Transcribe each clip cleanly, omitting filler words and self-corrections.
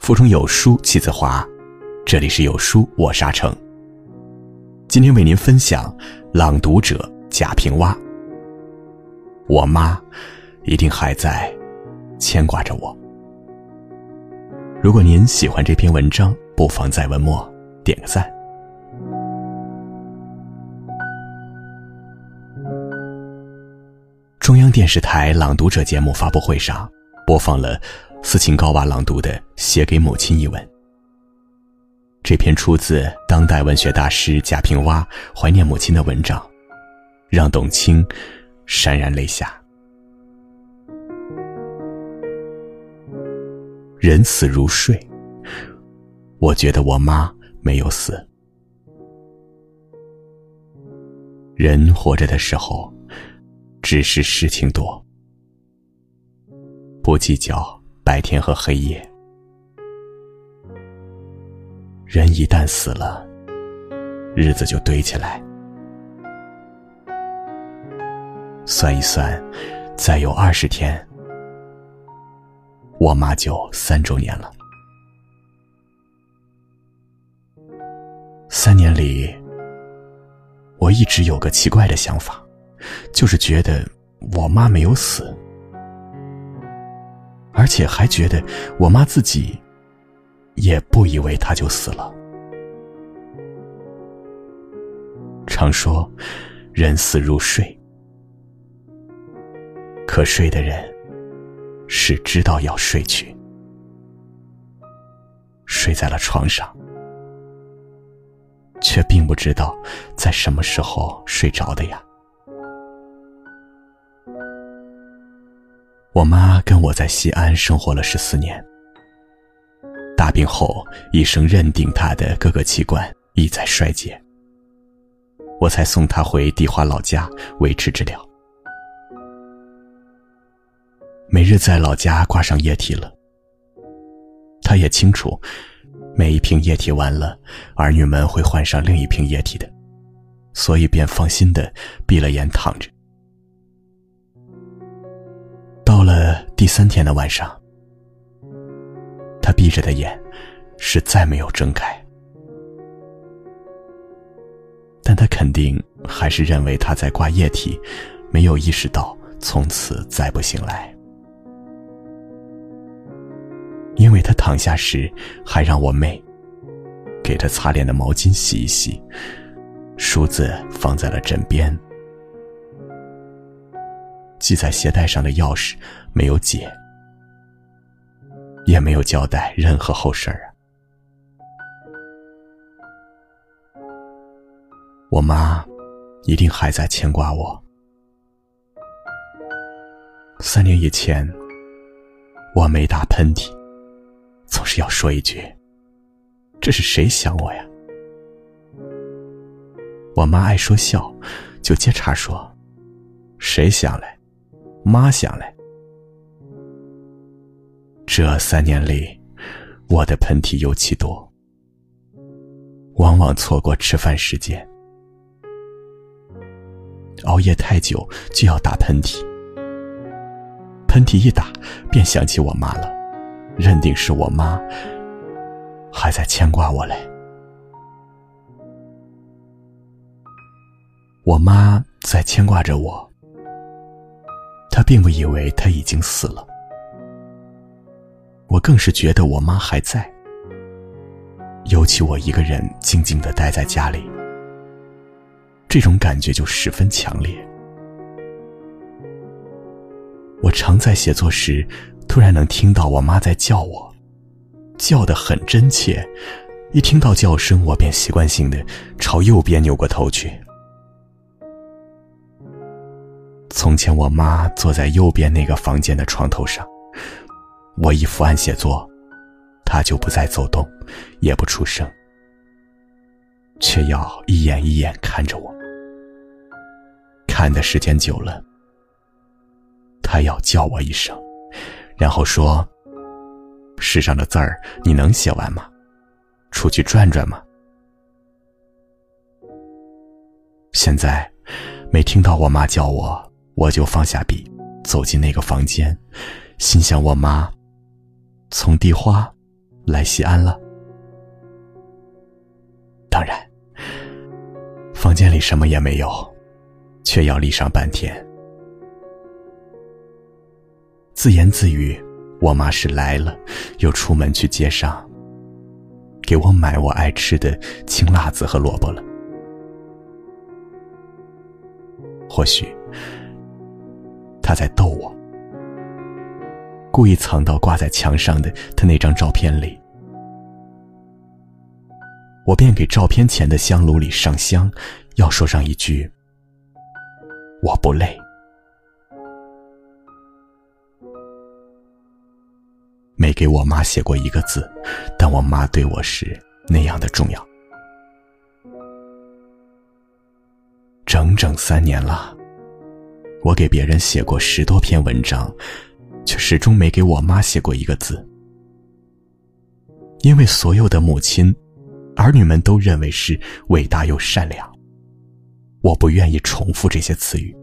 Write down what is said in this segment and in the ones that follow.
腹中有书气自华，这里是有书我沙城。今天为您分享朗读者贾平凹。我妈一定还在牵挂着我。如果您喜欢这篇文章，不妨在文末点个赞。中央电视台朗读者节目发布会上播放了斯琴高娃朗读的《写给母亲》一文。这篇出自当代文学大师贾平凹怀念母亲的文章，让董卿潸然泪下。人死如睡，我觉得我妈没有死。人活着的时候只是事情多，不计较白天和黑夜。人一旦死了，日子就堆起来。算一算，再有20天，我妈就3周年了。3年里，我一直有个奇怪的想法，就是觉得我妈没有死，而且还觉得我妈自己也不以为她就死了。常说人死如睡，可睡的人是知道要睡去，睡在了床上，却并不知道在什么时候睡着的呀。我妈跟我在西安生活了14年，大病后医生认定她的各个器官已在衰竭，我才送她回迪化老家维持治疗。每日在老家挂上液体了，她也清楚每一瓶液体完了，儿女们会换上另一瓶液体的，所以便放心地闭了眼躺着。到了第3天的晚上，他闭着的眼是再没有睁开，但他肯定还是认为他在挂液体，没有意识到从此再不醒来。因为他躺下时还让我妹给他擦脸的毛巾洗一洗，梳子放在了枕边，系在鞋带上的钥匙没有解，也没有交代任何后事儿啊。我妈一定还在牵挂我。3年以前，我没打喷嚏，总是要说一句：“这是谁想我呀？”我妈爱说笑，就接茬说：“谁想来？妈想来。”这3年里，我的喷嚏尤其多，往往错过吃饭时间，熬夜太久就要打喷嚏，喷嚏一打便想起我妈了，认定是我妈还在牵挂我嘞。我妈在牵挂着我，她并不以为她已经死了，我更是觉得我妈还在。尤其我一个人静静地待在家里，这种感觉就十分强烈。我常在写作时突然能听到我妈在叫我，叫得很真切，一听到叫声我便习惯性地朝右边扭过头去。从前我妈坐在右边那个房间的床头上，我一伏案写作，她就不再走动，也不出声，却要一眼一眼看着我。看的时间久了，她要叫我一声，然后说：“世上的字儿你能写完吗？出去转转吗？”现在每听到我妈叫我，我就放下笔，走进那个房间，心想我妈从地花来西安了。当然，房间里什么也没有，却要立上半天。自言自语，我妈是来了，又出门去街上给我买我爱吃的青辣子和萝卜了。或许她在逗我，故意藏到挂在墙上的她那张照片里。我便给照片前的香炉里上香，要说上一句我不累。没给我妈写过一个字，但我妈对我是那样的重要。整整3年了，我给别人写过10多篇文章，却始终没给我妈写过一个字。因为所有的母亲，儿女们都认为是伟大又善良，我不愿意重复这些词语。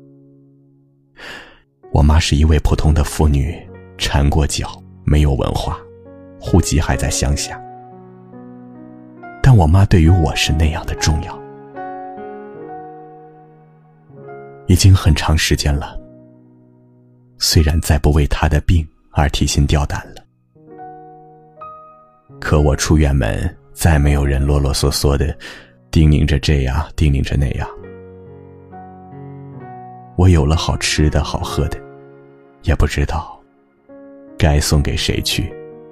我妈是一位普通的妇女，缠过脚，没有文化，户籍还在乡下，但我妈对于我是那样的重要。已经很长时间了，虽然再不为她的病而提心吊胆了，可我出远门，再没有人啰啰嗦嗦的叮咛着这样叮咛着那样。我有了好吃的好喝的，也不知道该送给谁去。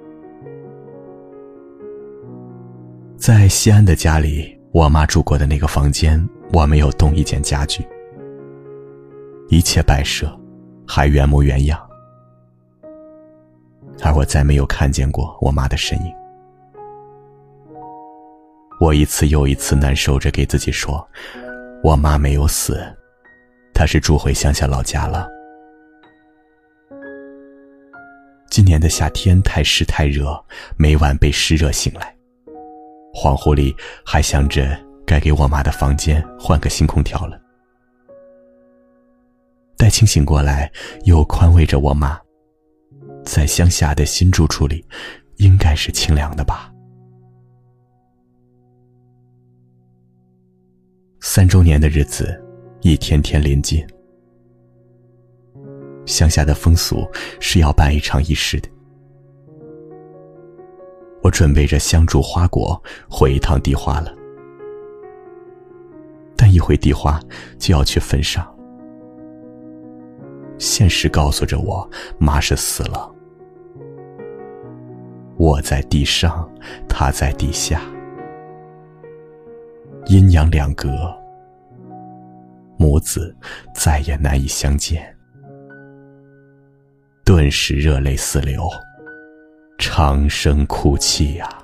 在西安的家里，我妈住过的那个房间，我没有动一件家具，一切摆设还原模原样，而我再没有看见过我妈的身影。我一次又一次难受着给自己说，我妈没有死，她是住回乡下老家了。今年的夏天太湿太热，每晚被湿热醒来，恍惚里还想着该给我妈的房间换个新空调了。待清醒过来，又宽慰着我妈，在乡下的新住处里应该是清凉的吧。3周年的日子一天天临近，乡下的风俗是要办一场仪式的。我准备着香烛花果回一趟地花了，但一回地花就要去坟上。现实告诉着我，妈是死了，我在地上，她在地下，阴阳两隔，母子再也难以相见。顿时热泪四流，长声哭泣呀。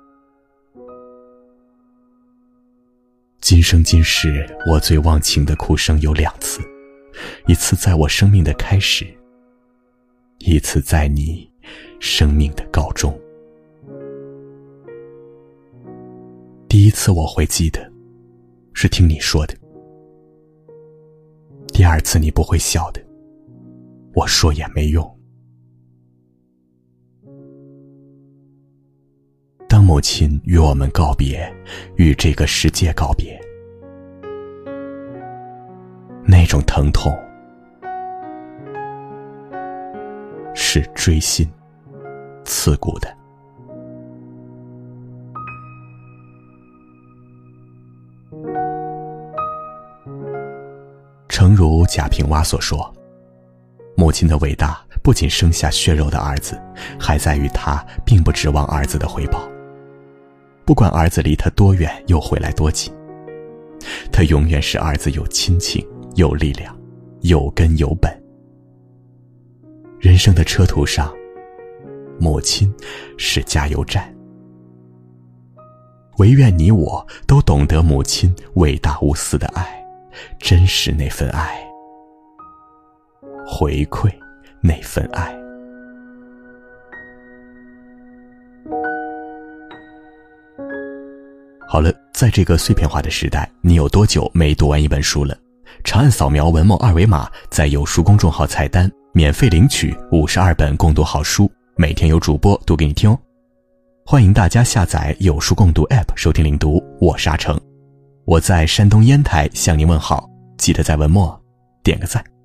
今生今世，我最忘情的哭声有2次，一次在我生命的开始，一次在你生命的告终。第一次我会记得，是听你说的；第2次你不会笑的，我说也没用。当母亲与我们告别，与这个世界告别，那种疼痛是锥心刺骨的。诚如贾平凹所说，母亲的伟大不仅生下血肉的儿子，还在于她并不指望儿子的回报。不管儿子离她多远，又回来多近，她永远是儿子有亲情、有力量、有根有本。人生的车途上，母亲是加油站。唯愿你我都懂得母亲伟大无私的爱，珍视那份爱，回馈那份爱。好了，在这个碎片化的时代，你有多久没读完一本书了？长按扫描文末2维码，在有书公众号菜单免费领取52本共读好书，每天有主播读给你听哦。 欢迎大家下载有书共读 App 收听领读，我是阿成，我在山东烟台向您问好，记得在文末点个赞。